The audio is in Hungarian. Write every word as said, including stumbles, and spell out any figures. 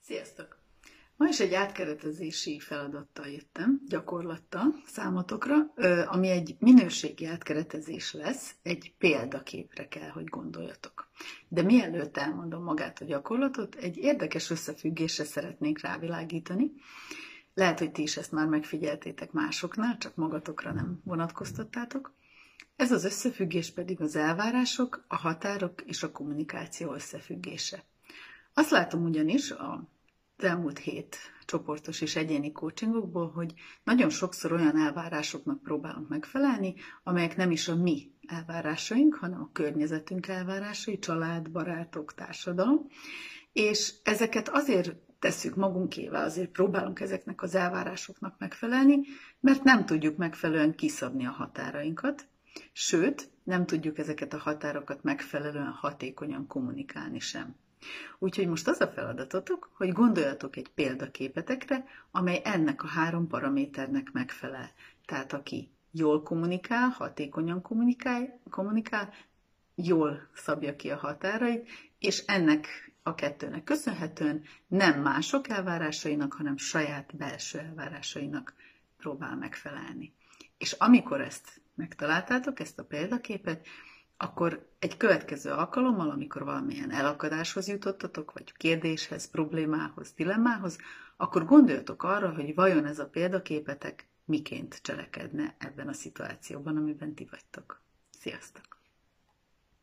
Sziasztok! Ma is egy átkeretezési feladattal jöttem, gyakorlattal számotokra, ami egy minőségi átkeretezés lesz, egy példaképre kell, hogy gondoljatok. De mielőtt elmondom magát a gyakorlatot, egy érdekes összefüggésre szeretnék rávilágítani. Lehet, hogy ti is ezt már megfigyeltétek másoknál, csak magatokra nem vonatkoztattátok. Ez az összefüggés pedig az elvárások, a határok és a kommunikáció összefüggése. Azt látom ugyanis a az elmúlt hét csoportos és egyéni coachingokból, hogy nagyon sokszor olyan elvárásoknak próbálunk megfelelni, amelyek nem is a mi elvárásaink, hanem a környezetünk elvárásai, család, barátok, társadalom, és ezeket azért tesszük magunkével, azért próbálunk ezeknek az elvárásoknak megfelelni, mert nem tudjuk megfelelően kiszabni a határainkat, sőt, nem tudjuk ezeket a határokat megfelelően hatékonyan kommunikálni sem. Úgyhogy most az a feladatotok, hogy gondoljatok egy példaképetekre, amely ennek a három paraméternek megfelel. Tehát aki jól kommunikál, hatékonyan kommunikál, kommunikál, jól szabja ki a határait, és ennek a kettőnek köszönhetően nem mások elvárásainak, hanem saját belső elvárásainak próbál megfelelni. És amikor ezt megtaláltátok, ezt a példaképet, akkor egy következő alkalommal, amikor valamilyen elakadáshoz jutottatok, vagy kérdéshez, problémához, dilemmához, akkor gondoljatok arra, hogy vajon ez a példaképetek miként cselekedne ebben a szituációban, amiben ti vagytok. Sziasztok!